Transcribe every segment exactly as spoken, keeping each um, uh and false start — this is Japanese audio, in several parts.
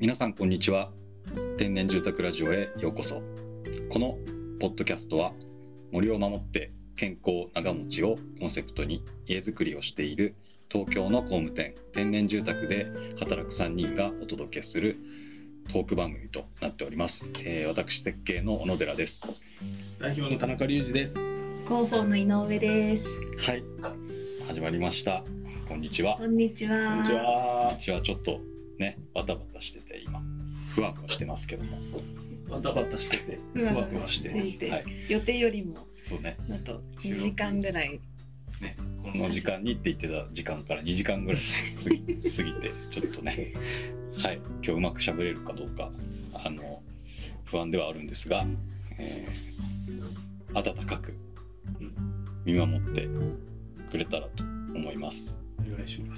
皆さんこんにちは。天然住宅ラジオへようこそ。このポッドキャストは森を守って健康長持ちをコンセプトに家づくりをしている東京の工務店天然住宅で働くさんにんがお届けするトーク番組となっております。えー、私設計の小野寺です。 代表の田中隆二です。 広報の井上です。 はい、始まりました。こんにちは。 こんにちは。 こんにちは。 こんにちは。ちょっとねバタバタしてて今ふわふわしてますけども。 バタバタしててふわふわしてます。 はい、予定よりもそうね。 あとにじかんぐらい。 ね、この時間にって言ってた時間からにじかんぐらい過ぎ、過ぎてちょっとね、はい、今日うまく喋れるかどうかあの不安ではあるんですが、えー、温かく見守ってくれたらと思います。 お願いします。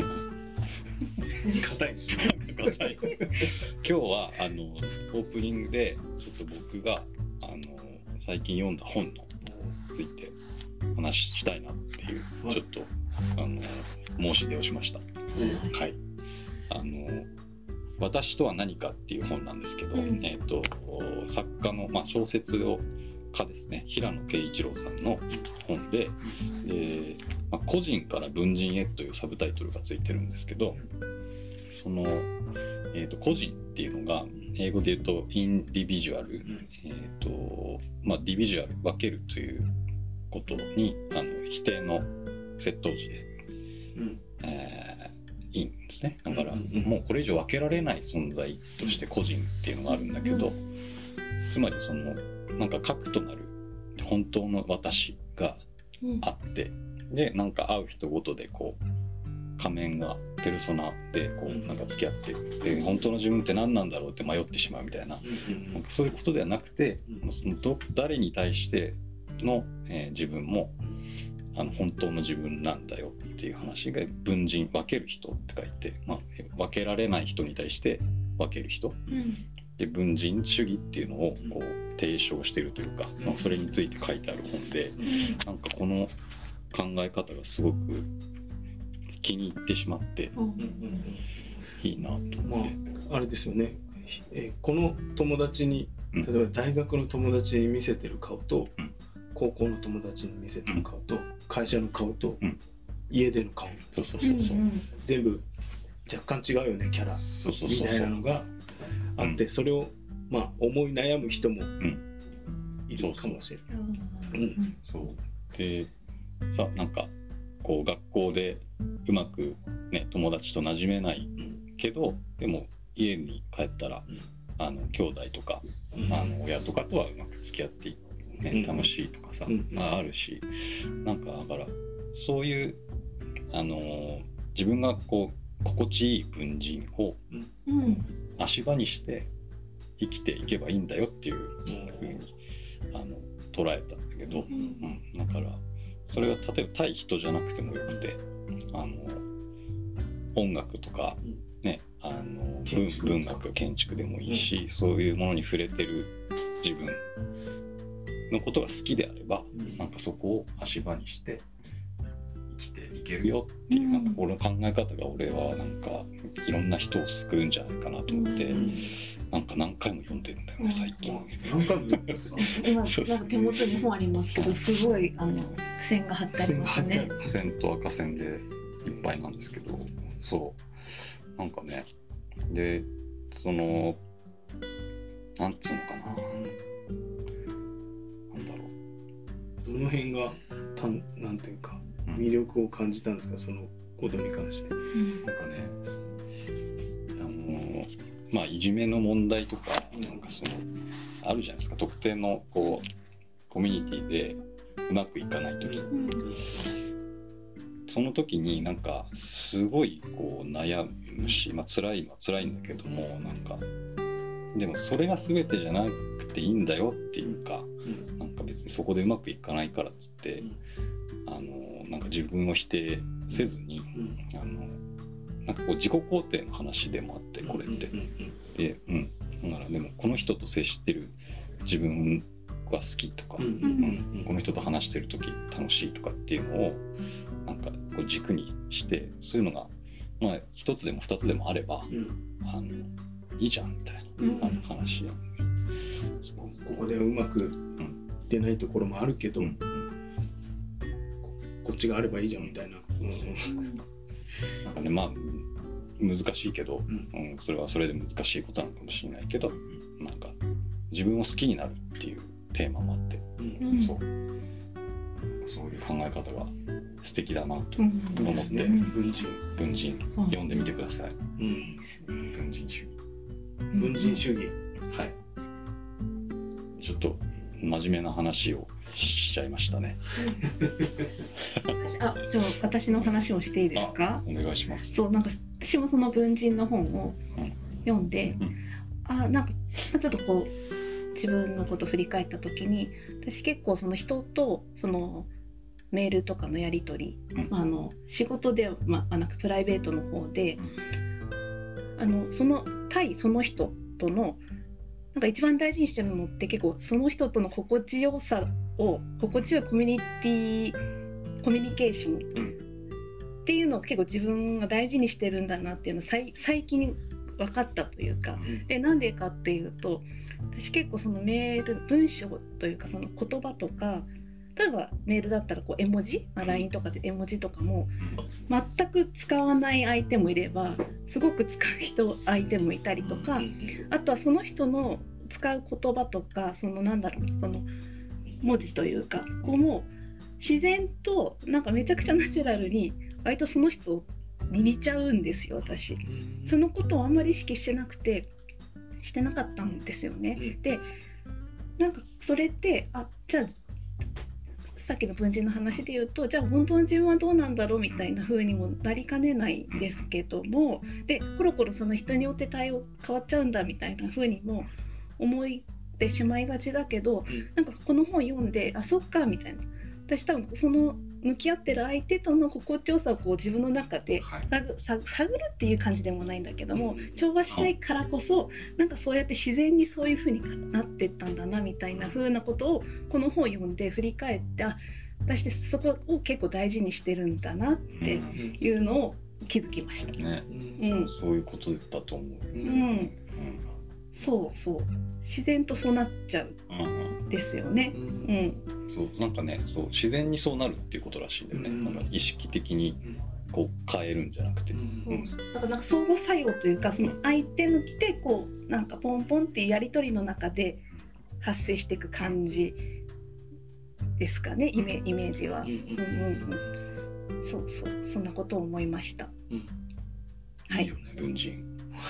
硬い。 硬い。今日はあのオープニングでちょっと僕があの最近読んだ本のついて話したいなっていう、はい、ちょっとあの申し出をしました。うん、はい。あの私とは何かっていう本なんですけど、うん、えっと作家のまあ小説を家ですね、平野啓一郎さんの本で、で、まあ、個人から文人へというサブタイトルがついてるんですけど、その、えー、と個人っていうのが英語で言うとインディビジュアル、えーとまあ、ディビジュアル分けるということにあの否定の接頭辞で、うんえー、いいんですね。だからもうこれ以上分けられない存在として個人っていうのがあるんだけど、つまりそのなんか核となる本当の私があって、うん、でなんか会う人ごとでこう仮面がペルソナでこうなんか付き合ってで本当の自分って何なんだろうって迷ってしまうみたいな、なんかそういうことではなくて、そのど誰に対しての、えー、自分もあの本当の自分なんだよっていう話が文人分ける人って書いて、まあ、分けられない人に対して分ける人、うんで文人主義っていうのをこう提唱しているというか、まあ、それについて書いてある本で、なんかこの考え方がすごく気に入ってしまっていいなと思って、 まあ、あれですよね、えー、この友達に例えば大学の友達に見せてる顔と、うん、高校の友達に見せてる顔と、うん、会社の顔と、うん、家での顔、 そうそうそうそう、 全部若干違うよねキャラみたいなのがあって、うん、それをまあ思い悩む人もいるかもしれない。うん、 そうでさなんかこう学校でうまくね友達と馴染めないけど、でも家に帰ったら、うん、あの兄弟とか、うん、あの親とかとはうまく付き合ってね、うん、楽しいとかさ、うん、まあ、あるし、なんかだからそういうあのー、自分がこう心地いい文人を、うん足場にして生きていけばいいんだよっていうふうにあの捉えたんだけど、うん、だからそれは例えば対人じゃなくてもよくて、あの音楽とか、ね、あの 文, 文学建築でもいいし、うん、そういうものに触れてる自分のことが好きであれば、うん、なんかそこを足場にして生きていけるよっていう、なんか俺の考え方が俺はなんかいろんな人を救うんじゃないかなと思って、うん、なんか何回も読んでるんだよね最近。 何回も読んでるんですか？ 今なんか手元に本ありますけど、すごいあの線が貼ってありますね。 線と赤線でいっぱいなんですけど、そうなんかね、でそのなんつうのかな、なんだろう、どの辺がたんなんていうか魅力を感じたんですか、そのことに関して。うん、 なんかね、あのまあいじめの問題とかなんかそのあるじゃないですか、特定のこうコミュニティでうまくいかない時、うん、その時になんかすごいこう悩むし、まあ辛いのは辛いんだけども、なんかでもそれが全てじゃなくていいんだよっていうか、うん、なんか別にそこでうまくいかないからっつって、うん、あのなんか自分を否定せずに、うん、あのなんかこう自己肯定の話でもあってこれって、うんうんうん、で、うん、だからでもこの人と接してる自分は好きとか、うんうんうん、この人と話してる時楽しいとかっていうのをなんかこう軸にして、そういうのがまあ一つでも二つでもあれば、うん、あのいいじゃんみたいな、うん、話なんで、 ここではうまく出ないところもあるけど、うん、こっちがあればいいじゃんみたいな、うん、 なんかね、まあ難しいけど、うんうん、それはそれで難しいことなのかもしれないけど、なんか自分を好きになるっていうテーマもあって、うん、そうそういう考え方が素敵だなと思って、うんね、 文人文人読んでみてください、うん、文人主義文人主義、うん、はい。 ちょっと真面目な話をしちゃいましたねあ、じゃあ私の話をしていいですか？ お願いします。 そう、なんか私もその文人の本を読んで、うんうん、あ、なんかちょっとこう自分のことを振り返った時に、私結構その人とそのメールとかのやり取り、うん、あの仕事で、まあ、なんかプライベートの方で、うん、あのその対その人とのなんか一番大事にしてるのって結構その人との心地よさを心地よいコミュニティコミュニケーションっていうのを結構自分が大事にしてるんだなっていうのを最近分かったというか、うん、でなんでかっていうと、私結構そのメール文章というかその言葉とか、例えばメールだったらこう絵文字、まあ、ライン とかで絵文字とかも全く使わない相手もいればすごく使う人相手もいたりとか、あとはその人の使う言葉とか、そのなんだろう、その文字というか、ここも自然となんかめちゃくちゃナチュラルに割とその人に似ちゃうんですよ。私そのことをあんまり意識してなくてしてなかったんですよね。でなんかそれってあじゃあさっきの文人の話で言うと、じゃあ本当の自分はどうなんだろうみたいな風にもなりかねないんですけども、でコロコロその人によって対応変わっちゃうんだみたいな風にも思ってしまいがちだけど、なんかこの本読んで、あ、そっかみたいな、私多分その向き合ってる相手との心地よさをこう自分の中で探るっていう感じでもないんだけども、調和したいからこそなんかそうやって自然にそういう風になってったんだなみたいな風なことをこの本を読んで振り返って、あ、私ってそこを結構大事にしてるんだなっていうのを気づきました、 ね、うん、そういうことだと思う、うんうん、 そうそう、自然とそうなっちゃうんですよね、うんうん、そうなんかね、そう自然にそうなるっていうことらしいんだよね、うん、なんか意識的にこう変えるんじゃなくて、うん、 そうだからなんか相互作用というか、その相手の来てこうなんかポンポンっていうやり取りの中で発生していく感じですかね、イメ、イメージは、うんうんうん、そうそうそんなことを思いました、うん、はい、いいよね、 文人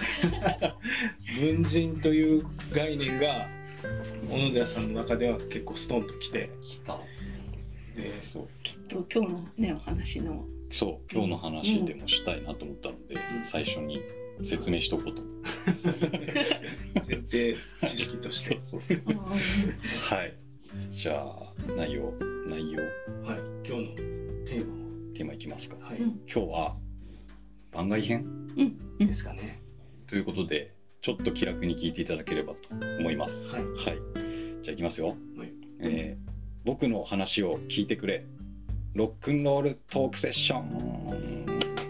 文人という概念が小野寺さんの中では結構ストンときてきたで、 そうきっと今日のねお話のそう今日の話でもしたいなと思ったので、うん、最初に説明しとこうと前提知識としてそうそうそうはい、じゃあ内容内容はい今日のテーマをテーマいきますか、はい、 うん、 今日は番外編、 うん、 ですかね。 ということでちょっと気楽に聞いていただければと思います。はい。はい、じゃあいきますよ。はい、えー。僕の話を聞いてくれ。ロックンロールトークセッション。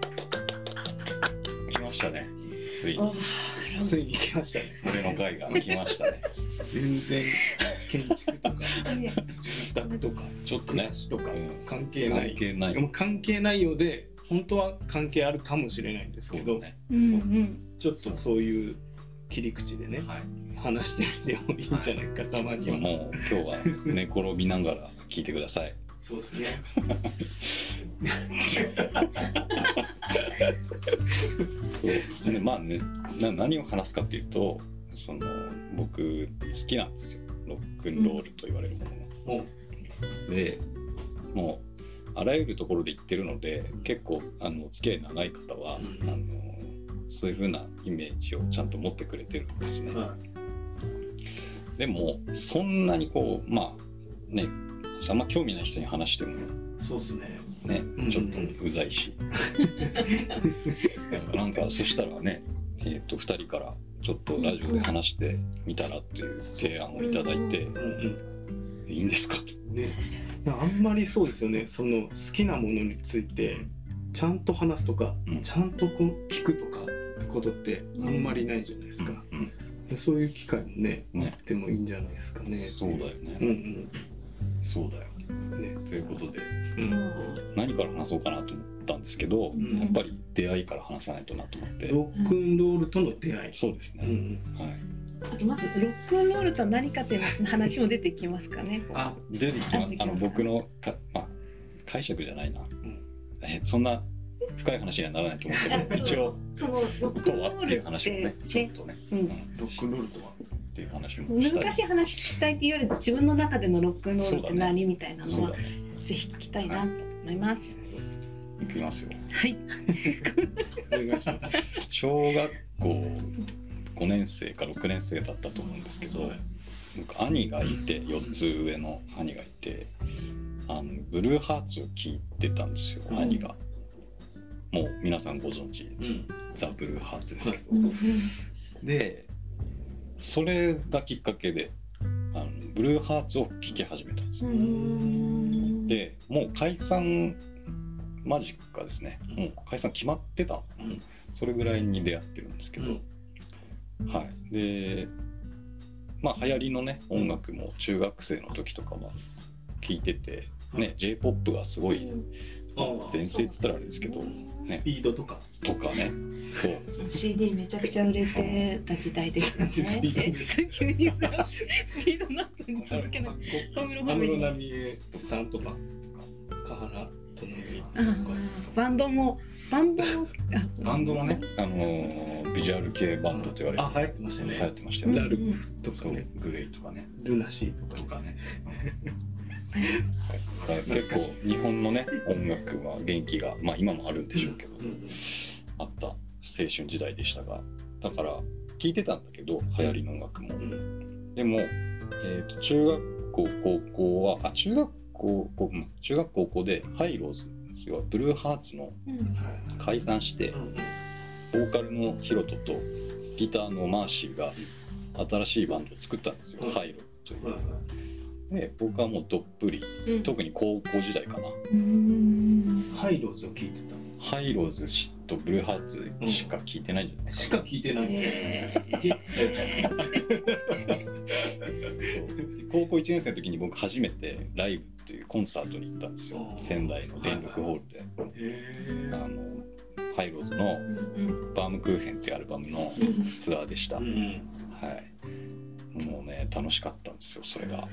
来ましたね。ついに。 ついに来ましたね。 俺の回が来ましたね。 全然建築とか住宅とかちょっとねとか関係ない。 関係ない。 でも関係ないようで。本当は関係あるかもしれないんですけど、 ね、 うんうん、 ちょっとそういう切り口でね、はい、話してみてもいいんじゃないか、はい、たまには。 もう今日は寝転びながら聞いてください。 そうですね。 そうでまあねな何を話すかっていうと、その僕好きなんですよ、ロックンロールと言われるものが、うん、でもうあらゆるところで言ってるので、結構あの付き合い長い方は、うん、あのそういう風なイメージをちゃんと持ってくれてるんですね、はい、でもそんなにこうまあねあんま興味ない人に話してもそうですねね、ちょっとうざいしなんかそしたらね、えー、とふたりからちょっとラジオで話してみたらっていう提案をいただいて、うんうん、いいんですかと、 ね、あんまりそうですよね、その好きなものについてちゃんと話すとか、うん、ちゃんとこう聞くとかことってあんまりないじゃないですか、 うんでそういう機会もね、 ねあってもいいんじゃないですかね。 そうだよね、 うんそうだようんね、 ということでうん何から話そうかなと思ったんですけど、 んやっぱり出会いから話さないとなと思って、 ロックンロールとの出会い。 そうですね、 うんはいあとまずロックンロールとは何かっていう話も出てきますかね。 あ出てきますあの僕のか、まあ、解釈じゃないな、えそんな深い話にはならないと思うけど一応そのロックンロとはっていうールって話もねちょっとね、 うんロックンロールとはっていう話もしたい。 難しい話したいっていうより自分の中でのロックンロールって何、みたいなのはそうだねぜひ聞きたいなと思います。 いきますよ。 はい。 お願いします。 小学校ごねん生かろくねん生だったと思うんですけど、僕兄がいてよっつ上の兄がいて、あのブルーハーツを聴いてたんですよ、兄が。もう皆さんご存知、 うん、 ザ・ブルーハーツですけど、 うんうんでそれがきっかけであのブルーハーツを聴き始めたんですよ。 うんでもう解散間近ですね、もう解散決まってた、 うん、 それぐらいに出会ってるんですけど、 うん、 はいでまあ流行りのね音楽も中学生の時とかは聴いてて、ね、J-ポップ がすごい、まあ、全盛っつったらあれですけど、ね、 スピードとかとかねそう シーディー めちゃくちゃ売れてた時代でしたね。 スピード急にさスピードになって続けない。小室ファミリー安室奈美恵さんとか華原朋美あーバンドもバンドもバンドのね、あのービジュアル系バンドと言われる、 あ流行ってましたね。 流行ってましたよね、 ラルクとかそうね、 グレイとかねルナシーとかとかね結構日本のね音楽は元気が、まあ今もあるんでしょうけど、 うんうんあった青春時代でしたが、だから聴いてたんだけど流行りの音楽も、 うんでも、えーと中学校高校はあ中学校高うん中学高校でハイローズ要はブルーハーツのうん解散して、 うんボーカルのヒロトとギターのマーシーが新しいバンドを作ったんですよ、 うんハイローズという、 はいはいで僕はもうどっぷり、 うん特に高校時代かな、 うんハイローズを聞いてたのハイローズとブルーハーツしか聴いてないじゃないですか、 しか聞いてない。 へ高校いちねん生の時に僕初めてライブっていうコンサートに行ったんですよ、 うん仙台の電力ホールで、 へあのハイローズのうんバームクーヘンっていうアルバムのツアーでした、 ーうんはい、もうね楽しかったんですよそれがかっ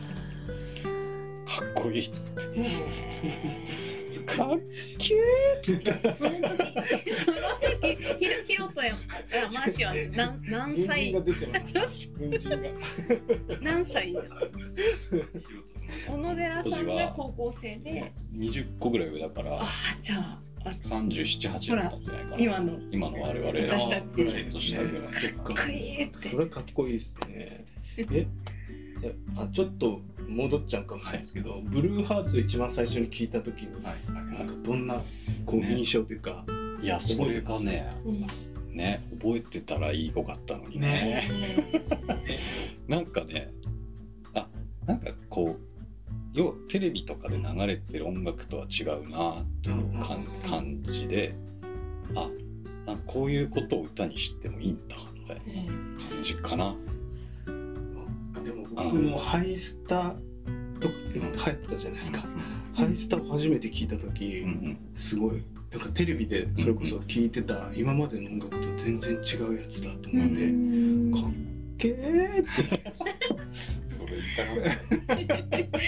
こいいと思ってへかっけーその時その時ヒロヒロトやあマーシーは何何軍人歳が出てます。軍人が。 何歳小野寺さんが高校生でにじゅっこぐらい上だからあじゃああさんじゅうなな、はちだったんじゃないかな今の今の我々 私たちちょっとしたぐらいそっか。 かっこいいってそれかっこいいですね。え、えあちょっと戻っちゃうかもしれないですけど、ブルーハーツを一番最初に聞いたときに、 はいはいなんかどんなこうね印象というか、 いやそれがねうんね覚えてたらいい子かったのにねなんかねあなんかこう要はテレビとかで流れてる音楽とは違うなというかんうん感じであなんかこういうことを歌にしてもいいんだみたいな感じかな。 でも僕もハイスタとか流行ってたじゃないですか。ハイスタを初めて聞いたとき、 うんうんすごいなんかテレビでそれこそ聞いてた今までの音楽と全然違うやつだと思って、かっけーってそれ言ったら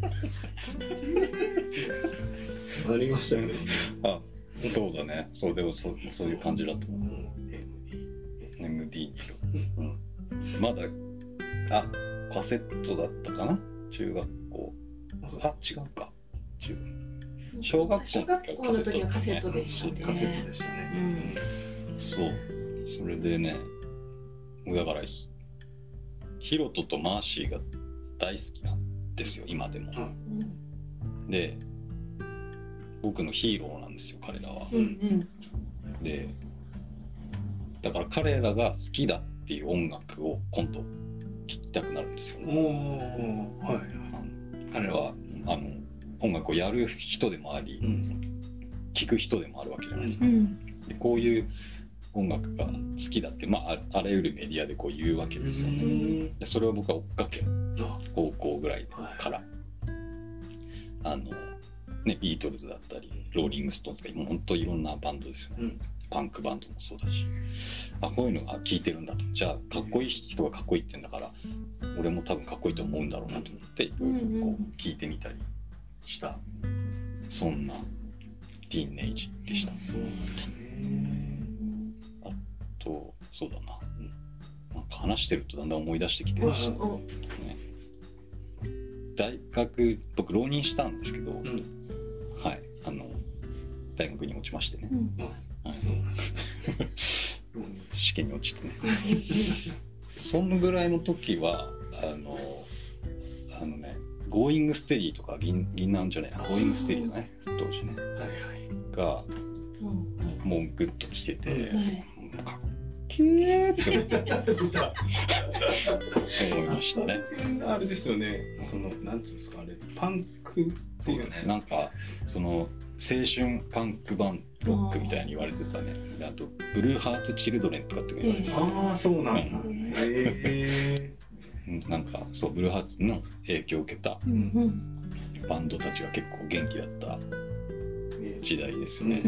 ありましたよね。 あそうだねそうでもそうそういう感じだと思う。 うんエムディー に、うん、まだあカセットだったかな中学校あ違うか中小学校小学校の時はカセットでしたね。 カセットでしたね。 そうそれでねだからひヒロトとマーシーが大好きなんですよ今でも、 うんで僕のヒーローなんですよ彼らは、 うんうんでだから彼らが好きだっていう音楽を今度聴きたくなるんですよ、 おおはい。 あの彼らはあの音楽をやる人でもあり、 うん聴く人でもあるわけじゃないですか、 うんでこういう音楽が好きだって、まあ、あらゆるメディアでこう言うわけですよね。でそれを僕は追っかけ高校ぐらいから、はい、あのね、ビートルズだったりローリングストーンズとかもう本当いろんなバンドですよね、うん、パンクバンドもそうだし、あこういうのが聴いてるんだと、じゃあかっこいい人がかっこいいって言うんだから俺も多分かっこいいと思うんだろうなと思っていろいろこう聴いてみたりした、そんなティーンエイジでした。そうなんですね。あとそうだな、なんか話してるとだんだん思い出してきてるし、ね、大学僕浪人したんですけど、うん、はい、あの大学に落ちましてね、うんはい、試験に落ちてねそのぐらいの時はあのあのねGoing Steady とか銀銀杏じゃないな Going Steady だね当時ね、はいはい、が、うん、もうグッときてて、うん、かっけーって思いましたね。 あれですよね、そのなんつうんですかあれパンクっていうね、 なんかその青春パンクバンロックみたいに言われてたね。であとブルーハーツチルドレンとかって言われてた、ね、 ああそうなんだ、うん、へえなんかそうブルーハーツの影響を受けたバンドたちが結構元気だった時代ですよね、うん、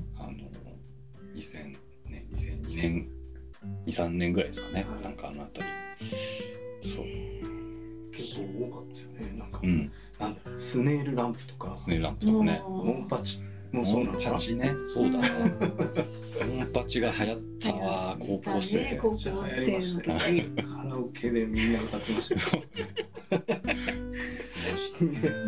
あのにせんねにせんにねんにさんねんぐらいですかね、なんかあのあたりそう結構多かったよね、なんか、うん、なんだろうスネールランプとかスネールランプとかね、 モンパチもそうなのか、 モンパチね、そうだねモンパチが流行ったわ、高校生、 ね、高校生の時カラオケでみんな歌ってましたよなんかそう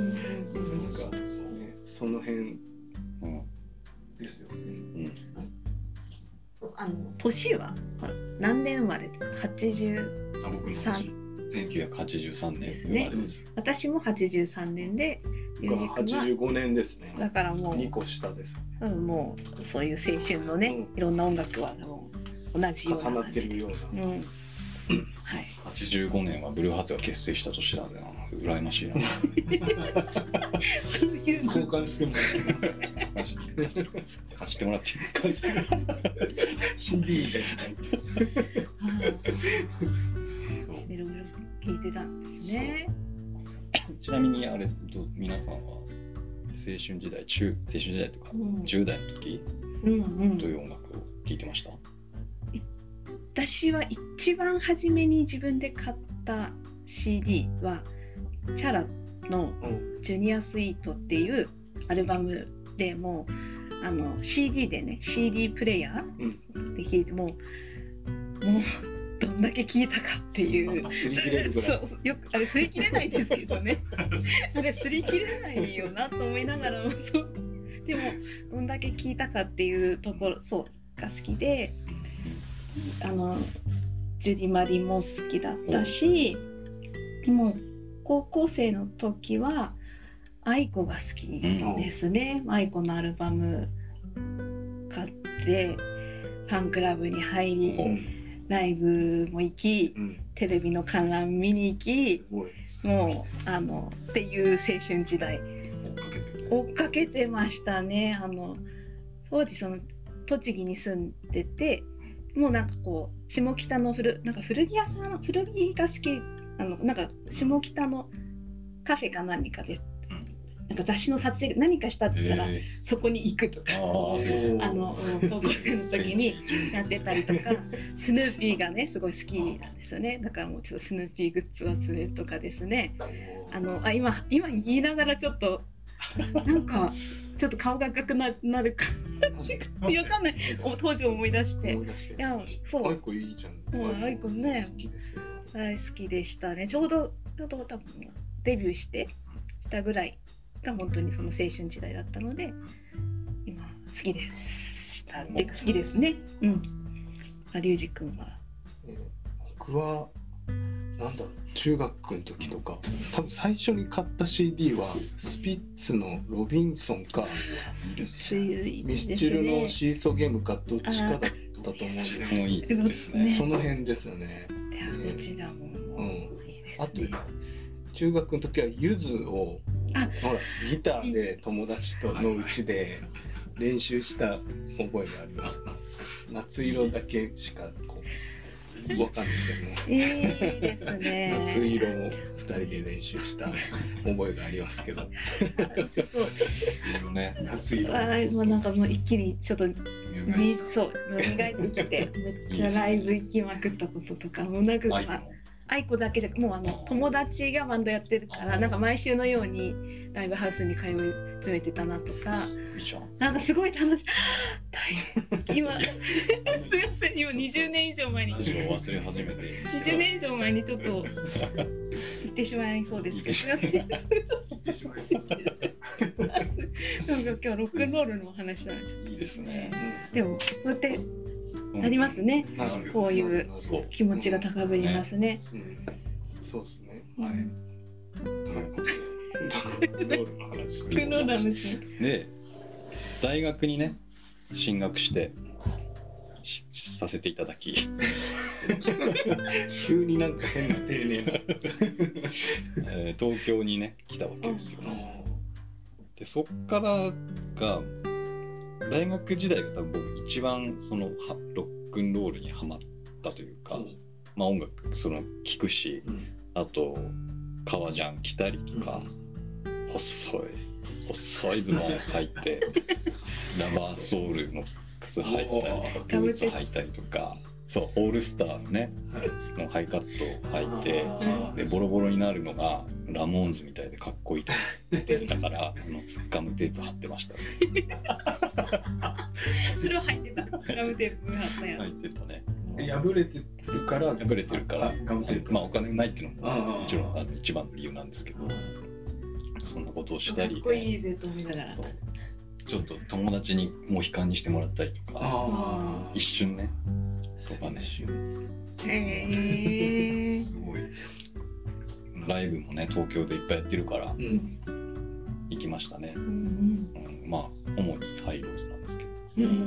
ね、その辺ですよね、うんあの年は何年生まれ？はちじゅうさん。あ、僕の年せんきゅうひゃくはちじゅうさんねん生まれです。 私もはちじゅうさんねんで、 僕ははちじゅうごねんですね。 だからもうにこ下です、 うん、もうそういう青春のね、うん、いろんな音楽はもう同じような重なってるような。うんはい、 はちじゅうごねんはブルーハーツが結成した年なんでな、羨ましいなそういうの交換してもらって貸してもらっていいシーディー みたいないろいろ聞いてたんですね。 ちなみにあれ皆さんは青春時代中青春時代とか、うん、じゅう代の時、うんうん、どういう音楽を聴いてました？ 私は一番初めに自分で買った シーディー はチャラのジュニアスイートっていうアルバムで、もうあの シーディー でね シーディー プレイヤーで聴いてもうもうどんだけ聴いたかっていう擦り切れるぐらいそうよくあれ擦り切れないですけどねあれ擦り切れないよなと思いながらもそうでもどんだけ聴いたかっていうところそうが好きで、あのジュディ・マリも好きだったし、もう高校生の時は愛子が好きですね、うん、愛子のアルバム買ってファンクラブに入り、うん、ライブも行き、うん、テレビの観覧見に行き、もうあのっていう青春時代追っかけてましたね。あの当時その栃木に住んでて、もうなんかこう下北の古なんか古着屋さん古着が好き、あのなんか下北のカフェか何かでなんか雑誌の撮影何かしたって言ったら、えー、そこに行くとか、あ, あの高校生の時にやってたりとかスヌーピーがねすごい好きなんですよね。だからもうちょっとスヌーピーグッズを集めるとかですね。あのあ今今言いながらちょっとなんかちょっと顔が赤く な, なるかわかんない当時思い出して思い出していやそう愛子いいじゃん、 うん、愛子ね好きですよ、 大好きでしたね。ちょうどちょうど多分デビューしてしたぐらいが本当にその青春時代だったので今好きでしたっていうか好きですね。うんあリュウジ君は、 えー、僕はなんだろう中学の時とか多分最初に買った シーディー はスピッツのロビンソンかミスチルのシーソーゲームかどっちかだったと思うんですけど、 そのいいですね。 その辺ですよね。 いやどちらも、うん、 あと中学の時はゆずをほらギターで友達とのうちで練習した覚えがあります。夏色だけしかこうわかんないですけどね。 いいですね。 夏色をふたりで練習した覚えがありますけど。 ちょっと夏色ね。 夏色。 あもうなんかもう一気にちょっとにそう蘇ってきてめっちゃライブ行きまくったこととかもうなんかまあ愛子だけじゃもうあの友達がバンドやってるからなんか毎週のようにライブハウスに通い詰めてたなとかなんかすごい楽しい今すみません今にじゅうねん以上前に忘れ始めてにじゅうねん以上前にちょっと言ってしまいそうですけどすみません言ってしまいそうですなんか今日ロックンロールのお話なんでいいですねでもそうやってなりますね、うん、こういう気持ちが高ぶりますね、 うんうん、そうですね、 はい、うんロックンロールの話ロックンロールの話で大学にね進学してさせていただき急になんか変な丁寧な、 えー、東京にね来たわけですよ、ね、でそっからが大学時代が多分僕一番そのロックンロールにハマったというか、うん、まあ音楽その聴くし、うん、あと革ジャン着たりとか、うん、細い細いズボン履いてラバーソールの靴履いたりとかブーツ履いたりとかそうオールスターのね、はい、のハイカットを履いてでボロボロになるのがラモーンズみたいでかっこいいと思ってだからあのガムテープ貼ってました、ね、 それを履いてたガムテープ貼ったやん履いてたね破れてるから破れてるからガムテープまあお金ないっていうのももちろんあの一番の理由なんですけどそんなことをしたりかっこいいぜと思いながらちょっと友達にモヒカンにしてもらったりとか一瞬ねとかねへーすごいライブもね東京でいっぱいやってるから、うん、行きましたね、うんうんうん、まあ主にハイローズなんですけど、うんうん、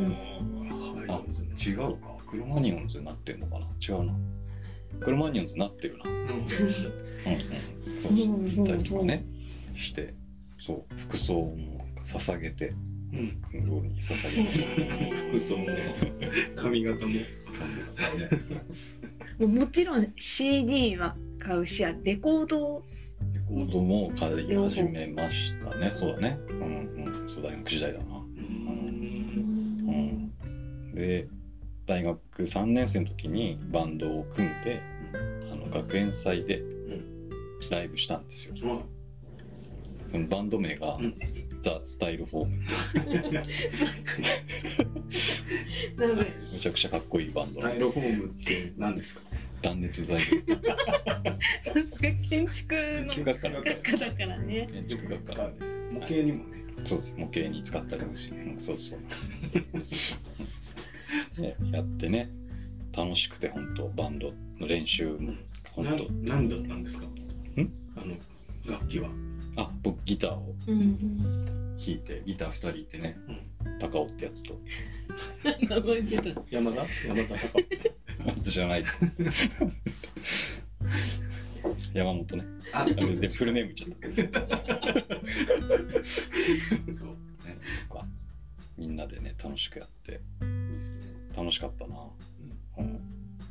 あ違うかクロマニオンズになってるのかな違うなクロマニオンズになってるな、うんうん、そうそう行ったりとかねしてそう服装も捧げてロールに捧げて服装も髪型ももうもちろん シーディー は買うしレコードレコードも買い始めましたねそうだねうんうんそう大学時代だなうん、うん、で大学さんねん生の時にバンドを組んであの学園祭でライブしたんですよ、うんそのバンド名が、うん、ザ・スタイルフォームってやつめちゃくちゃかっこいいバンドなんです。 スタイルフォームって何ですか断熱材です。 さすが建築の学科だからね。 建築学科模型にもね、 はい、そうです模型に使ったりもし、うん、そうそうでやってね楽しくて本当バンドの練習も本当何だったんですかんあの楽器はあ僕ギターを弾いて、うん、ギターふたりいてね、うん、高尾ってやつと名前出た山田山田高尾私じゃないです山本ねあそれでフルネーム言っちゃったけどそうねみんなでね楽しくやっていいです、ね、楽しかったな、うんうん、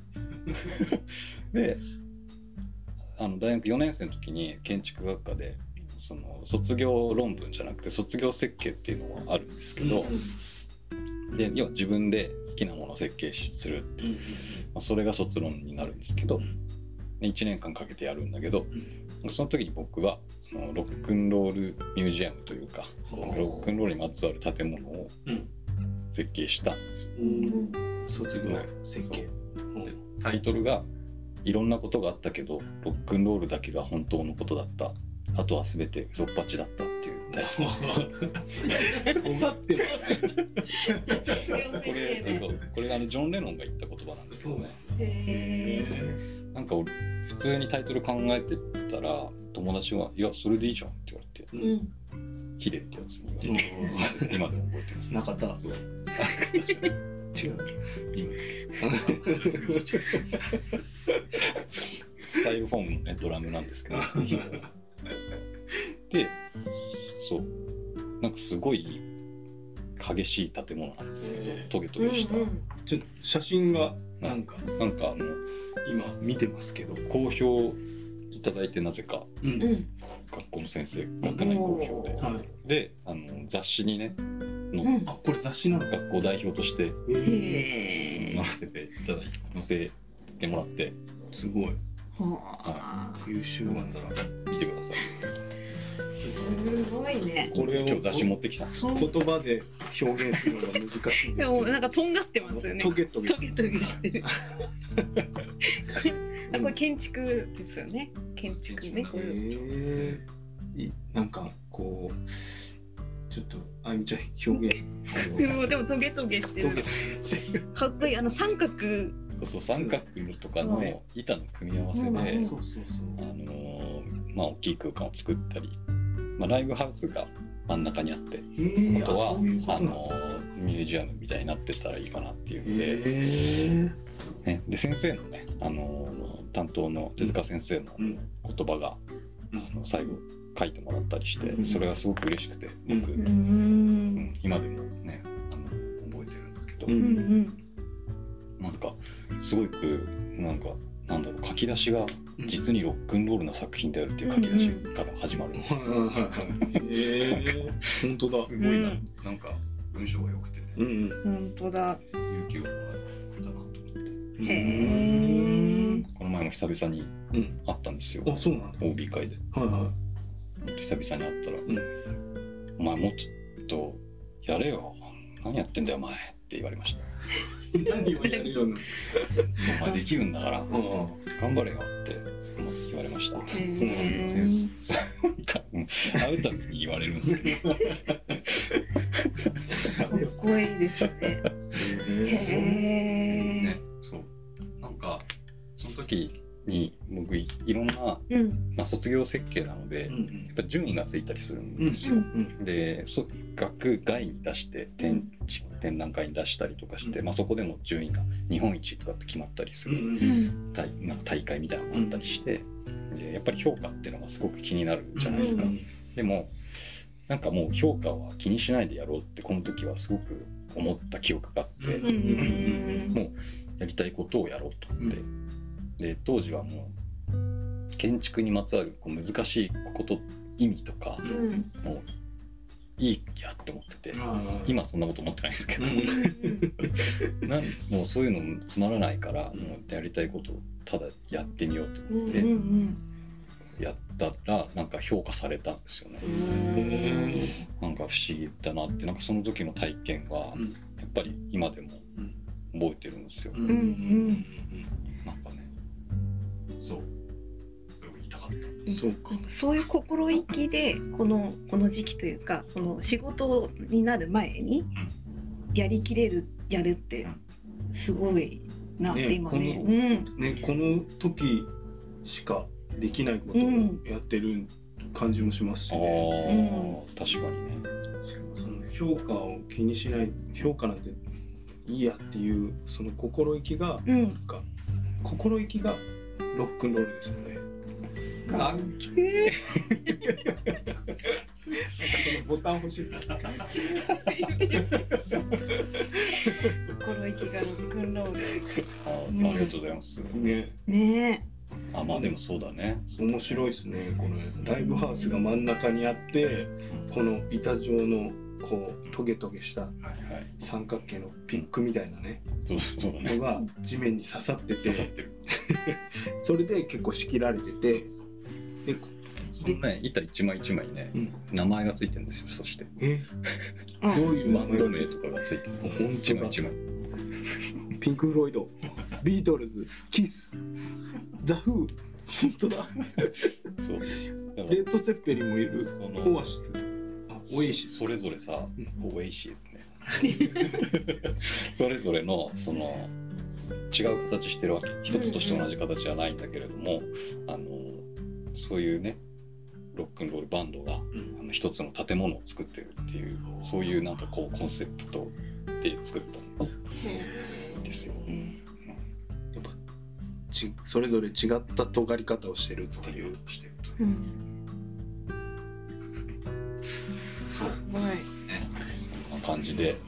であの大学よねん生の時に建築学科でその卒業論文じゃなくて卒業設計っていうのがあるんですけど、うん、で要は自分で好きなものを設計するっていう、うんまあ、それが卒論になるんですけど、うん、いちねんかんかけてやるんだけど、うん、その時に僕はそのロックンロールミュージアムというか、うん、ロックンロールにまつわる建物を設計したんですよ、 うん、卒業設計、 でタイトルがいろんなことがあったけどロックンロールだけが本当のことだったあとは全て嘘っぱちだったっていうタイトル尖ってますねこれこれあのジョン・レノンが言った言葉なんですけどねへーなんか俺普通にタイトル考えてたら友達がいやそれでいいじゃんって言われて、うん、ヒデってやつに言われて、うん、今でも覚えてます中田そう違う今スタイルフォームの、ね、ドラムなんですけどでそうなんかすごい激しい建物なんでトゲトゲした、 うんうん、 ちょ写真がなんかなんかあの今見てますけど好評いただいて、なぜか、 うん、 学校の先生学内好評で、 はい、 であの雑誌にねの、 うん、あこれ雑誌なの？ 学校代表としてへ載せていただいて載せてもらって、 すごい、 はあ、優秀なんだな。 見てください。 すごいね。 これを今日雑誌持ってきた。 言葉で表現するのが難しいんですけど。 でもなんかとんがってますよね。 トゲトゲトゲトゲしてる。これ建築ですよね。建築ね。 へえー、なんかこうちょっとあゆみちゃん表現。 でもでもトゲトゲしてる。かっこいい。あの三角。 そうそう、三角とかの板の組み合わせで、あのまあ大きい空間を作ったり、まあライブハウスが真ん中にあって、あとはあのミュージアムみたいになってたらいいかなっていうので、ね、で先生のね、あの担当の手塚先生の言葉が、うん、あの最後書いてもらったりして、うん、それがすごく嬉しくて、僕、うんうん、今でもねあの覚えてるんですけど、うんうん、なんかすごくなんかなんだろう、書き出しが実にロックンロールな作品であるっていう書き出しから始まるんですよ。 うんうん、へえ、本当だ。 すごいな、うん、なんか文章が良くてね。 うん、本当だ。 勇気をもらえたなと思って。 へえ。 この前も久々に会ったんですよ。 うん、あ、そうなんだ。 オービー 会で。 はいはい。 久々に会ったら、うん、お前もうちょっとやれよ。何やってんだよお前って言われました。 何をやるようになってお前できるんだから、うん、頑張れよって言われました。 へー。 会うたびに言われるんですけど。かっこいいですね。へえ。 ね、そう。なんかその時に僕いろんな、うん、まあ卒業設計なので、うんうん、やっぱ順位がついたりするんですよ。うんうん、で、そ学外に出して展示展覧会に出したりとかして、うん、まあ、そこでも順位が日本一とかって決まったりする、うん、大, なんか大会みたいなのがあったりして、うん、でやっぱり評価っていうのがすごく気になるじゃないですか、うん、でもなんかもう評価は気にしないでやろうってこの時はすごく思った記憶があって、うん、もうやりたいことをやろうと思って、うん、で当時はもう建築にまつわるこう難しいこと意味とか、うん、もういいやって思ってて、今そんなこと思ってないですけど、うん、なんもうそういうのつまらないから、うん、もうやりたいことをただやってみようと思って、うんうんうん、やったらなんか評価されたんですよね。なんか不思議だなって、なんかその時の体験はやっぱり今でも覚えてるんですよ。うんうんうん、なんかね、そうそうか、そういう心意気でこのこの時期というか、その仕事になる前にやりきれるやるってすごいなって今ね、 ね、うん、ね、この時しかできないことをやってる感じもしますしね、 うん、確かにね。 その評価を気にしない、評価なんていいやっていうその心意気が、うん、なんか心意気がロックンロールですよね。かっけーなんかそのボタン欲しいな心意気がロックンロール。 あ, ありがとうございますね。 ねあ、まあでもそうだね。 面白いですね。これライブハウスが真ん中にあって、この板状のこうトゲトゲした三角形のピックみたいなね、 そうそうだね、 のが地面に刺さってて、 刺さってるそれで結構仕切られてて、 でそのね、板一枚一枚ね、うん、名前がついてるんですよ。そしてえどういうバンド名とかがついてる。 ほんとだ。一枚ピンク・フロイド、ビートルズ、キス、ザ・フー、本当だそうレッド・ゼッペリンもいる、オアシス、あ、オエイシス、 それぞれさ、うん、オエイシスねそれぞれのその違う形してるわけ。一つとして同じ形じゃないんだけれども、あのそういうねロックンロールバンドが、うん、あの一つの建物を作ってるっていう、そういうなんかこうコンセプトで作ったんですよ、うん、 やっぱちそれぞれ違った尖り方をしてるっていう、うん、 そうね、そんな感感じで、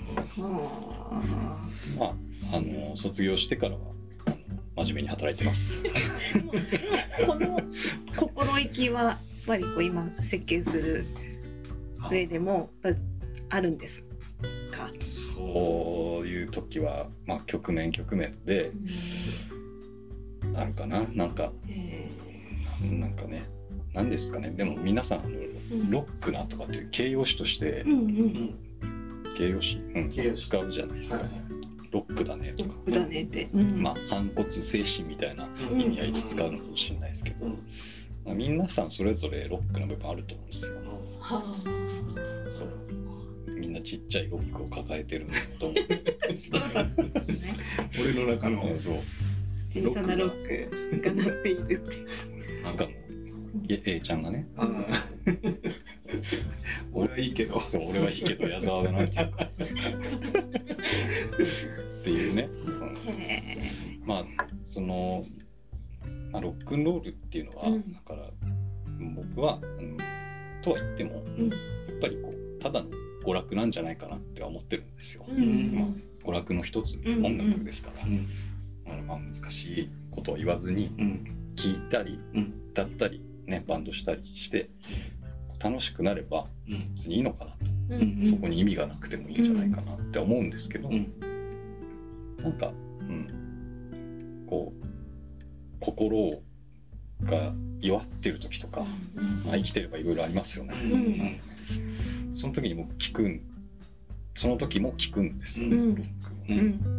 まああの卒業してからはあの真面目に働いてます。 この心意気はやっぱりこう今設計する上でもあるんですか？ そういう時は、まあ、局面局面であるかな。なんかなんかね、なんですかね。でも皆さんあのロックなとかっていう形容詞として、うんうん、形容詞、うん、使うじゃないですか。はい、ロックだねとか、 ロックだねって、 うん、まあ反骨精神みたいな意味合いで使うのかもしれないですけど、うんまあ、皆さんそれぞれロックの部分あると思うんですよ。はあ、そう。みんなちっちゃいロックを抱えてるんだと思うんですよ。 俺の中の、 そう小さなロックが鳴っているって。 中の A, A ちゃんがね。 俺はいいけど。 そう、俺はいいけど矢沢がなんていうか。っていうね。うん、まあその、まあ、ロックンロールっていうのは、うん、だから僕は、うん、とは言っても、うん、やっぱりこうただの娯楽なんじゃないかなって思ってるんですよ。うんまあ、娯楽の一つ、うん、音楽ですから、うんまあ、難しいことを言わずに聴、うん、いたり、うん、歌ったり、ね、バンドしたりして楽しくなれば別にいいのかなと、うん、そこに意味がなくてもいいんじゃないかなって思うんですけど、うん、なんか、うん、こう心が弱ってる時とか、まあ、生きてればいろいろありますよね。うんうん、その時にも聞くん、その時も聞くんですよね。うん、ロックも、うん、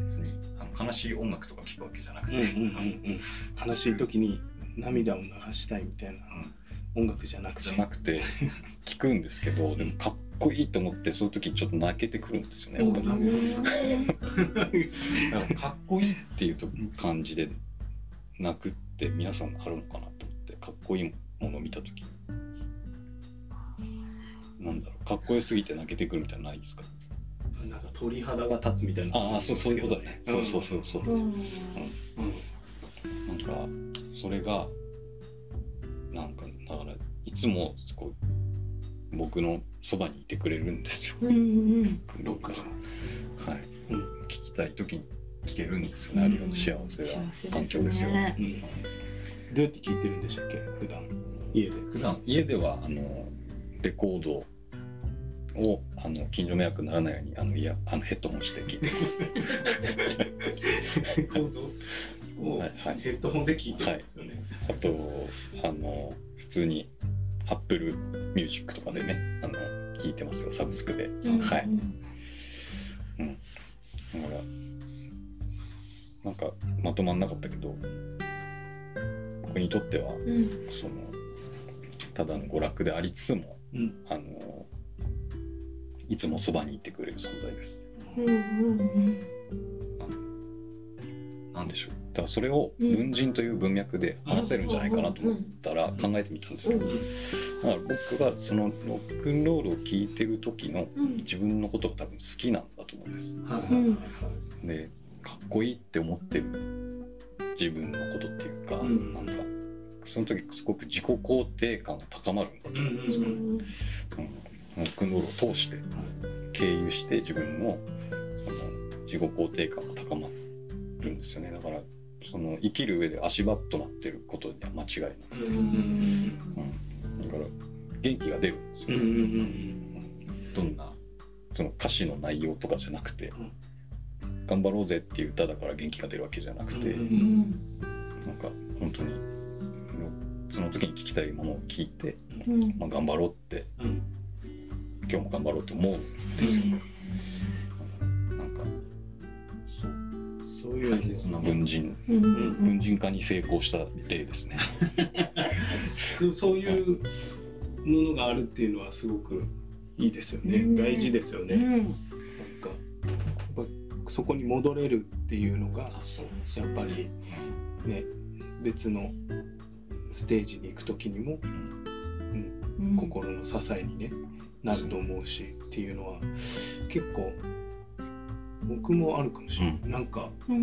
別にあの悲しい音楽とか聞くわけじゃなくて、うんうんうんうん、悲しい時に涙を流したいみたいな音楽じゃなくて、 じゃなくて聞くんですけど、でもかっこいいと思ってその時ちょっと泣けてくるんですよね。やっぱりだからかっこいいっていう感じで泣くって皆さんあるのかなと思って、かっこいいものを見た時なんだろう、かっこよすぎて泣けてくるみたいなのないですか？ なんか鳥肌が立つみたいな。 ああ、そうそういうことだね。そうそうそうそう。うんうん、なんかそれがなんかだからいつもすごい僕のそばにいてくれるんですよ。うんうん、ロックがはい、うん、聞きたい時に聞けるんですよね。あるような幸せな環境ですよ。うん、どうやって聞いてるんでしたっけ？普段家で。 普段家ではあのレコードをあの近所迷惑にならないようにあのいやあのヘッドホンして聞いてます。 レコードをヘッドホンで聞いてるんですよね。 はい、あとあの普通にApple Music とかでねあの聞いてますよ、サブスクで。うん、はい。うん。だからなんかまとまんなかったけど、僕にとっては、うん、そのただの娯楽でありつつも、うん、あのいつもそばにいてくれる存在です。うんうんうん、なんでしょう。だからそれを文人という文脈で話せるんじゃないかなと思ったら考えてみたんですよ。だから僕がそのロックンロールを聴いてる時の自分のことが多分好きなんだと思うんです。うん、でかっこいいって思ってる自分のことっていうか、うん、なんかその時すごく自己肯定感が高まるんだと思うんですよね。うん、ロックンロールを通して経由して自分のその自己肯定感が高まるんですよね。だからその生きる上で足場となってることには間違いなくて、うんうん、だから元気が出るんですよね。うんうん、どんなその歌詞の内容とかじゃなくて、頑張ろうぜっていう歌だから元気が出るわけじゃなくて、うん、なんか本当にその時に聞きたいものを聞いて、うんまあ、頑張ろうって、うん、今日も頑張ろうと思うんですよ。うん、なんかそういう大切な文人、うん、文人化に成功した例ですね。 でもそういうものがあるっていうのはすごくいいですよね。うん、大事ですよね。うん、なんかやっぱそこに戻れるっていうのがやっぱりね、別のステージに行く時にも、うんうん、心の支えに、ね、なると思うしっていうのは結構僕もあるかもしれない。うん、なんか、うん、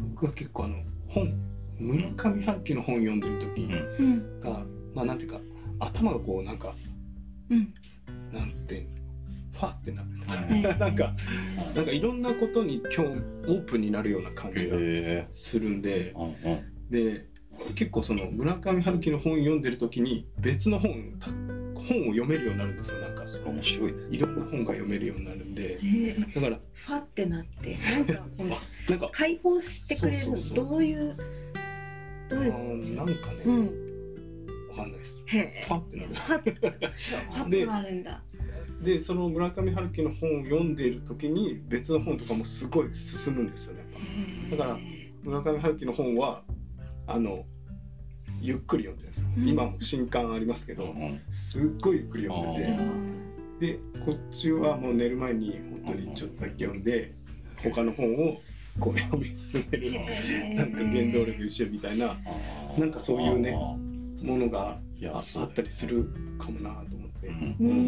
僕は結構あの本村上春樹の本読んでる時が、うん、まあなんていうか頭がこうなんか、うん、なんていうのファってなる、 なんかなんかいろんなことに興味オープンになるような感じがするんで、で結構その村上春樹の本読んでる時に別の本本を読めるようになるんですよ。なんか面白いね。 いろんな本が読めるようになるんで、だからファってなってなんかこのなんか解放してくれる。そうそうそう、どういうどういうなんかね、うん、わかんないです。ファってなる。ファってなるんだ。でその村上春樹の本を読んでいる時に別の本とかもすごい進むんですよね。だから村上春樹の本はあのゆっくり読んでるんですよ、うん、今も新刊ありますけど、うん、すっごいゆっくり読んでて、でこっちはもう寝る前に本当にちょっとだけ読んで他の本をこう読み進めるなんか原動力一緒みたいな、なんかそういうねものが あ, あったりするかもなと思って、うんうんうん、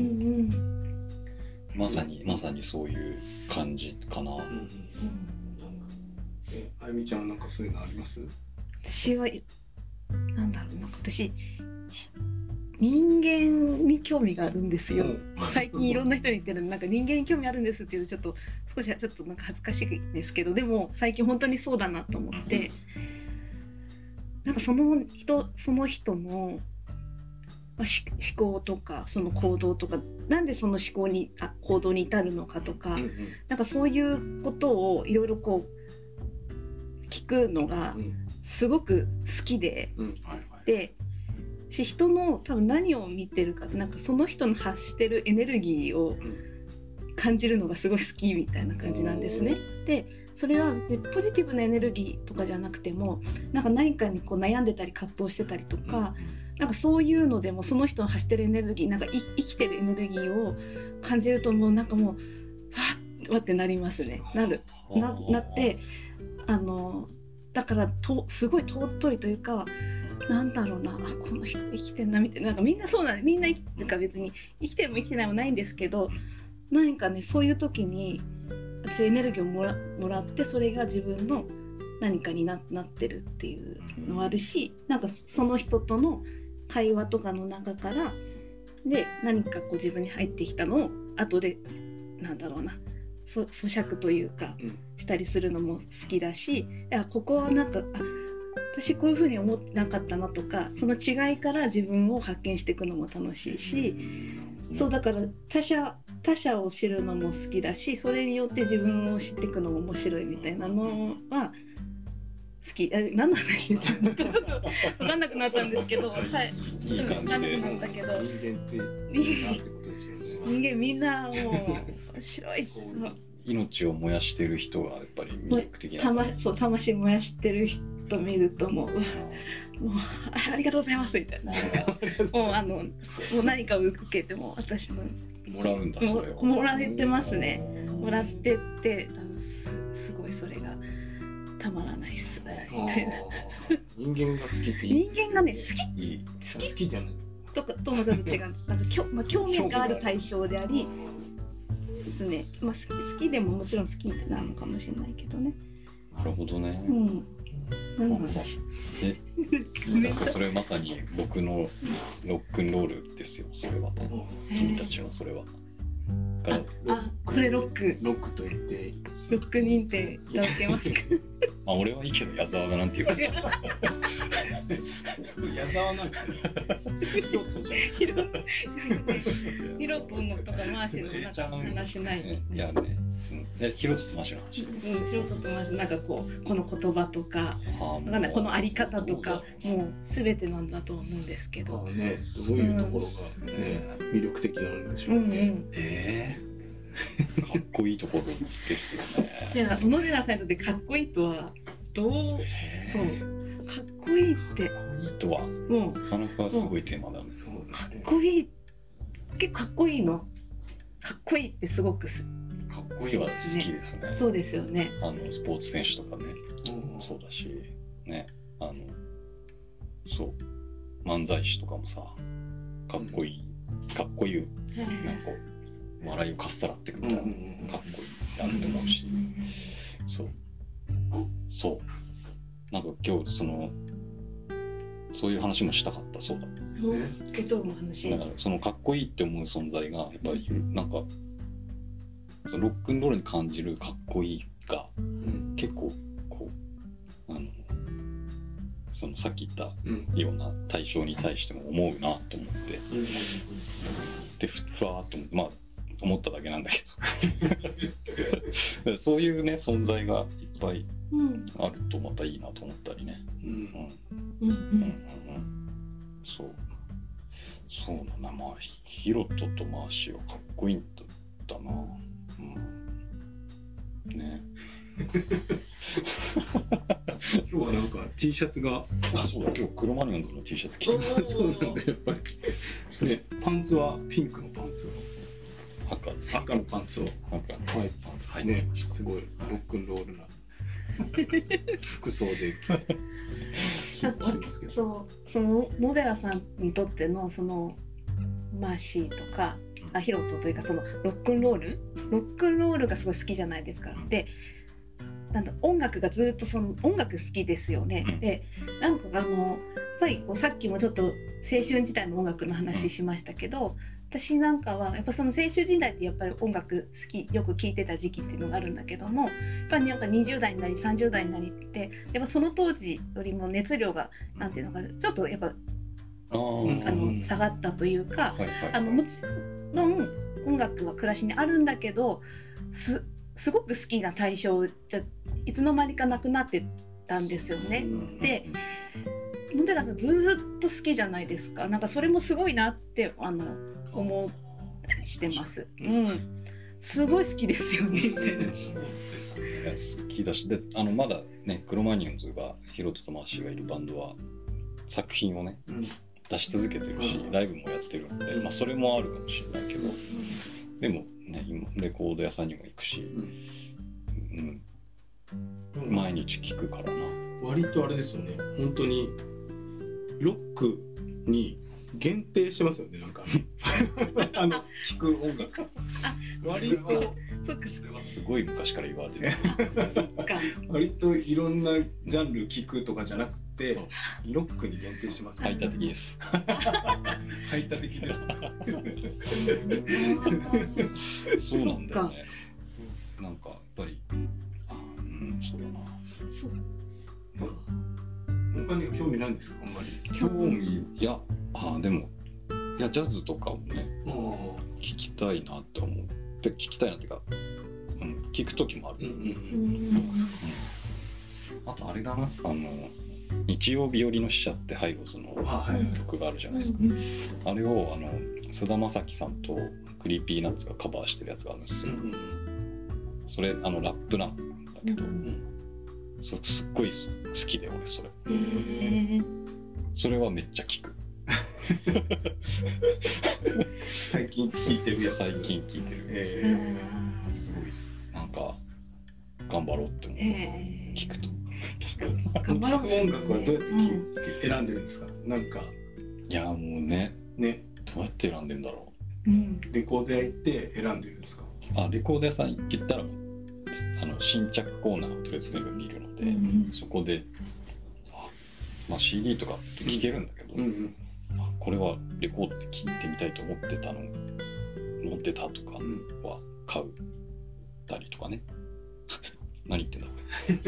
まさにまさにそういう感じかな、うんうん、 えあゆみちゃんなんかそういうのあります？ 私はなんだろう、なんか私人間に興味があるんですよ。最近いろんな人に言ってるのなんか人間に興味あるんですっていうとちょっと少しはちょっとなんか恥ずかしいんですけど、でも最近本当にそうだなと思って、なんかその人その人の思考とかその行動とか、なんでその思考にあ行動に至るのかとか、なんかそういうことをいろいろこう聞くのがすごく好きで、うんはいはい、で人の多分何を見てるか、なんかその人の発してるエネルギーを感じるのがすごい好きみたいな感じなんですね。でそれは別にポジティブなエネルギーとかじゃなくても、なんか何かにこう悩んでたり葛藤してたりとか、なんかそういうのでもその人の発してるエネルギー、なんか生きてるエネルギーを感じると、もうなんかもうわっってなりますね。なる な, なってあのだからとすごい尊いというか、なんだろうな、あこの人生きてんなみたいな、なんかみんなそうなんで、みんな生きてるか別に生きてるも生きてないもないんですけど、何かねそういう時に私エネルギーをも ら, もらってそれが自分の何かに な, なってるっていうのもあるし、なんかその人との会話とかの中からで何かこう自分に入ってきたのを後でなんだろうなそ咀嚼というかしたりするのも好きだし、あここはなんかあ私こういうふうに思ってなかったなとか、その違いから自分を発見していくのも楽しいし、そうだから他者他者を知るのも好きだし、それによって自分を知っていくのも面白いみたいなのは好き。あ何の話ちょっと分かんなくなったんですけど、はい、 いい感じで分かんなくなったけど、 人間っていいなってことですよね。 人間みんなもう面白い。 命を燃やしてる人がやっぱり魅力的な、 たま、そう魂燃やしてる人見るともう、もう あ, ありがとうございますみたいな、もうあのもう何かを受けても私のもらうんだ、それをも, もらえてますね。もらってってす, すごいそれがたまらないっすねみたいな。 人間が好きっていい人間がね好きいい好きじゃないとかとも全然違う。なんかきょ、まあ、興味がある対象でありですね、まあ、好き、好きでももちろん好きってなるのかもしれないけどね。 なるほどね。 うん。何の話？ え、なんかそれまさに僕のロックンロールですよ。それは。君たちのそれは。 あ、あ、それロック。 ロックと言ってロック認定いただけますか？ まあ俺はいいけど矢沢がなんていうか。 矢沢なんですよ。ヒロトじゃん。 ヒロトのとかマーシのなんか話ない。 いやね。え、ヒロトとマーシの話。 うん、ヒロトとマーシなんかこうこの言葉とか、わかんないこのあり方とかもうすべてなんだと思うんですけど。 あね、どういうところがね、うん、魅力的なんでしょうね。うんうん、 えー、かっこいいところですよね。 じゃあ小野寺さんにとってかっこいいとはどう？そう。かっこいいってかっこいいとはもうなかなかすごいテーマだね。 かっこいい結構かっこいいのかっこいいってすごくすかっこいいは好きですね。 そうですよね。 あのスポーツ選手とかね、うん、そうだしね、あのそう漫才師とかもさかっこいいかっこいい、うん、なんか笑いをかっさらっていくみたいな、うん、かっこいいなって思うし、そうそうなんか今日そのそういう話もしたかった。そうだ。 えどうも話。 だからそのかっこいいって思う存在がやっぱりなんかそのロックンロールに感じるかっこいいが、 うん、結構こうあのそのさっき言ったような対象に対しても思うなと思って、うん、でふわーっとまあ思っただけなんだけどそういうね存在がいっぱいあるとまたいいなと思ったりね。うんうんうんうん、そうそうだな、まあヒロトとマーシーはかっこいいんだな、うん、ね今日はなんか T シャツがあそうだ今日クロマニオンズの T シャツ着てるそうなんだやっぱりねパンツはピンクのパンツを赤赤のパンツを赤のパンツ履いてました、ね、すごいロックンロールな服装でそうその野寺さんにとってのそのマーシーとかあヒロトというかそのロックンロールロックンロールがすごい好きじゃないですか。でなんだ音楽がずっとその音楽好きですよね。でなんかあのやっぱりこうさっきもちょっと青春時代の音楽の話しましたけど、私なんかはやっぱその青春時代ってやっぱり音楽好きよく聴いてた時期っていうのがあるんだけども、やっぱりなんかにじゅう代になりさんじゅう代になりってやっぱその当時よりも熱量がなんていうのかちょっとやっぱあの下がったというか、はいはいはい、あのもちろん音楽は暮らしにあるんだけど す, すごく好きな対象じゃいつの間にかなくなってたんですよね。で野寺さんずっと好きじゃないですか。なんかそれもすごいなってあの思ったりしてます。うん、すごい好きですよね。そうですね。好きだし、で、あのまだね、クロマニオンズがヒロトとマーシーがいるバンドは作品をね、うん、出し続けてるし、ライブもやってるので、まあそれもあるかもしれないけど、でもね、今レコード屋さんにも行くし、うんうん、毎日聴くからな。 割とあれですよね。本当にロックに限定してますよね、なんかあの聴く音楽割とそれはすごい昔から言われてる割といろんなジャンル聴くとかじゃなくてロックに限定します、 ね、排他的です排他的ですそうなんだよね。なんかやっぱりあうんそうだなそう他には興味ないんですか？あんまり興味いやあでもいやジャズとかもね聞きたいなって思って聞きたいなっていうか、うん、聞く時もある、うんうんうん、あとあれだなあの日曜日寄りの使者ってハイローズの曲があるじゃないですか、うんうん、あれをあの菅田将暉さんとクリーピーナッツがカバーしてるやつがあるんですよ、うんうん、それあのラップなんだけど、うん、それすっごい好きで俺それ、えー、それはめっちゃ聞く最近聞いてるやつ最近聞いてる、えー、すごいですなんか頑張ろうって思う、えー、聞くと頑張ろう音楽はどうやって、うん、選んでるんですか？なんかいやもうねねどうやって選んでんだろう、うん、レコード屋行って選んでるんですか？ あレコード屋さん行ったらあの新着コーナーをとりあえず全部見るので、うん、そこであ、まあ、シーディー とかって聞けるんだけど、うんうんうんあこれはレコードで聴いてみたいと思ってたの持ってたとかは買うたりとかね何言ってんだ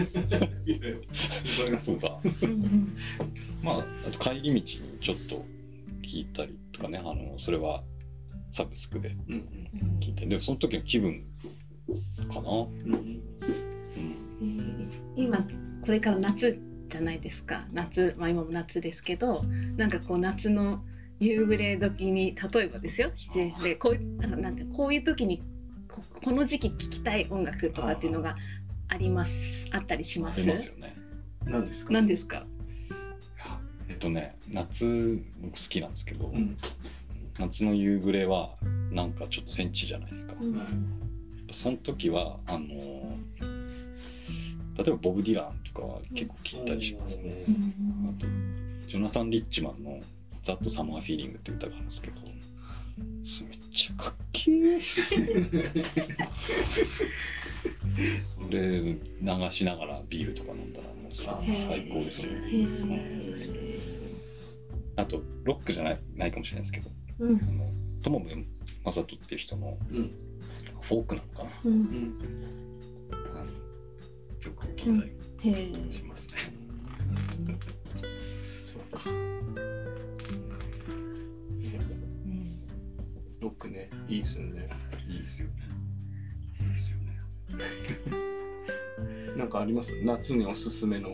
これそうかまああと帰り道にちょっと聞いたりとかねあのそれはサブスクで聞いて、うんうん、でその時の気分かな、うんうんえー、今これから夏じゃないですか夏、まあ、今も夏ですけどなんかこう夏の夕暮れ時に例えばですよでこういうなんてこういう時に こ, この時期聴きたい音楽とかっていうのがありますあったりします？ ありますよね。 何ですか？ 何ですか？ えっとね夏僕好きなんですけど、うん、夏の夕暮れはなんかちょっとセンチじゃないですか、うん、その時はあの例えばボブ・ディランとかは結構聴いたりしますね、うん、あとジョナサン・リッチマンの「ザット・サマー・フィーリング」って歌があるんですけどめっちゃかっけーそれ流しながらビールとか飲んだらもう最高ですよね、うん、あとロックじゃない、ないかもしれないですけど、うん、あの友部正人っていう人の、うん、 フォークなのかな、 うん、 あの曲を聴いたりしますね、 うん、そうか、ね、うん、ロックね、いいっすよね。 いいですよね。いいですよね。なんかあります？夏におすすめの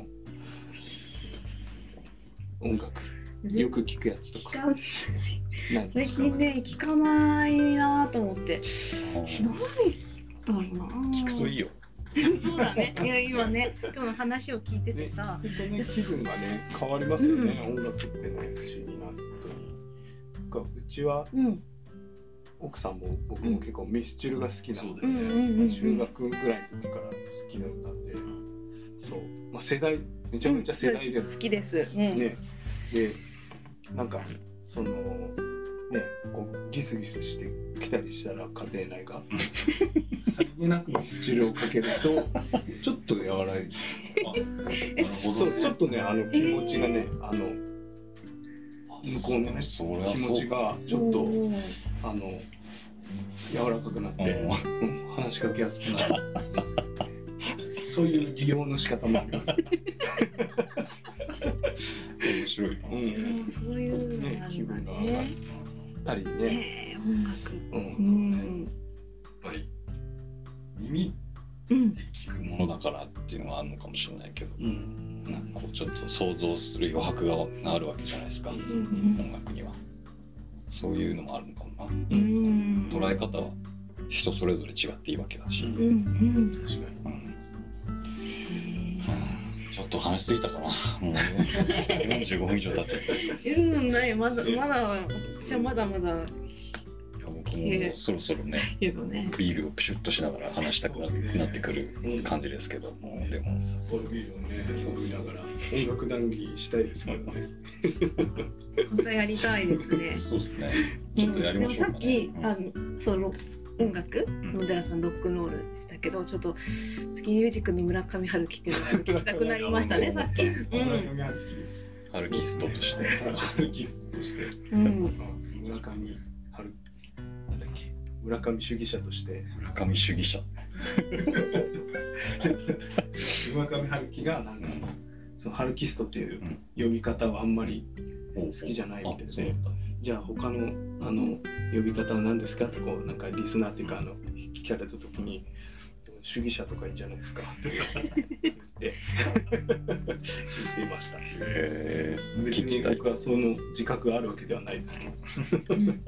音楽。よく聞くやつとか。 最近ね、聞かないなと思って。しないだろうな。 聞くといいよ。 そうだね。いや今ね、今日の話を聞いててさ、 ね、聞くとね、気分がね変わりますよね。うん、音楽ってね、不思議なことに。なんかうちは、うん、奥さんも僕も結構ミスチルが好きなので、ね、中学ぐらいの時から好きだったんで、そう、まあ、世代めちゃめちゃ世代で、 うん、好きです。うん、 ね、でなんかそのね、こうギスギスしてきたりしたら家庭内がさりげなくミスチルをかけるとちょっと和らいで、そうちょっとねあの気持ちがね、あの向こうのね気持ちがちょっとあの柔らかくなって、うん、話しかけやすくなるそういう利用の仕方もあります面白いな、うん、 そういうのがあるんだね、 気分が上がったりね、 えー、音楽、 うん、やっぱり耳で聞くものだからっていうのがあるのかもしれないけど、うん、なんかこうちょっと想像する余白があるわけじゃないですか、うん、音楽にはそういうのもあるのかもな、うん、捉え方は人それぞれ違っていいわけだし、うんうん、確かに、うんちょっと話しすぎたかな。もうよんじゅうごふん以上経っちゃって。 うんないまだまだ私はまだまだ。いや僕もそろそろね、ねビールをプシュッとしながら話したく な,、ね、なってくる感じですけども、うん、でも札幌ビールをねそう見ながら音楽談義したいですけどね。 本当やりたいですね。 そうですね。ちょっとやりましょうかね。でもさっき、うん、あのその音楽野寺さんロックンロールでしたけど、ちょっと杉ミュージックの村上春樹っていうのを聞きたくなりましたねさっき。 春樹ストとして春樹ストとして、うん、村上春なんだっけ村上主義者として村上主義者村上春樹がなんかその春樹ストっていう呼び方はあんまり好きじゃないみたいで、ね、じゃあ他のあの呼び方は何ですかってこうなんかリスナーっていうかあの聞かれた時に主義者とかいいんじゃないですかって言って言っていました。 へー別に僕はその自覚があるわけではないですけどちょっとね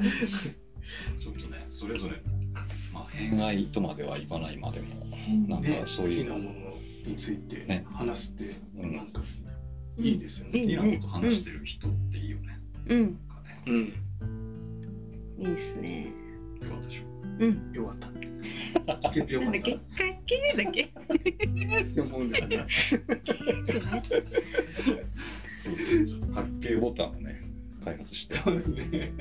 それぞれまあ偏愛とまでは言わないまでもなんかそういう、 ね、好きなものについて話すって、ね、なんかいいですよね。 好きなこと話してる人っていいよね。 うん。 うん。 いいですね。 よかったでしょ。 うん。 よかった。聞けてよかった。 なんだっけ？かっけーだっけ？ って思うんですね。 そうですね。かっけーボタンをね開発して。 そうですね。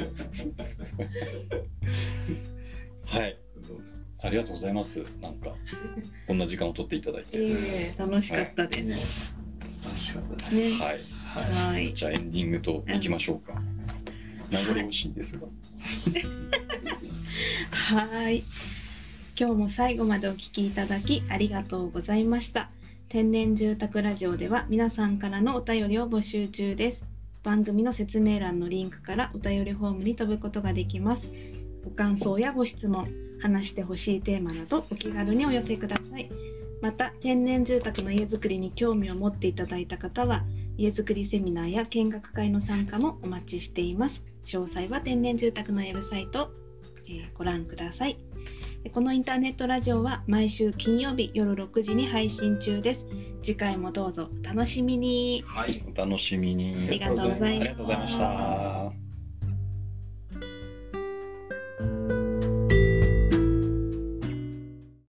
はい。ありがとうございます。なんかこんな時間を取っていただいて。 いえ楽しかったです。 楽しかったです。 ね、 はい。はい。じゃあエンディングといきましょうか。名残惜しいですが。 はい。今日も最後までお聞きいただきありがとうございました。天然住宅ラジオでは皆さんからのお便りを募集中です。番組の説明欄のリンクからお便りフォームに飛ぶことができます。ご感想やご質問、話してほしいテーマなどお気軽にお寄せください。また、天然住宅の家づくりに興味を持っていただいた方は、家づくりセミナーや見学会の参加もお待ちしています。詳細は天然住宅のウェブサイトを、えー、ご覧ください。このインターネットラジオは毎週金曜日夜ろくじに配信中です。次回もどうぞお楽しみに。 はい、お楽しみに。 ありがとうございました。 ありがとうございました。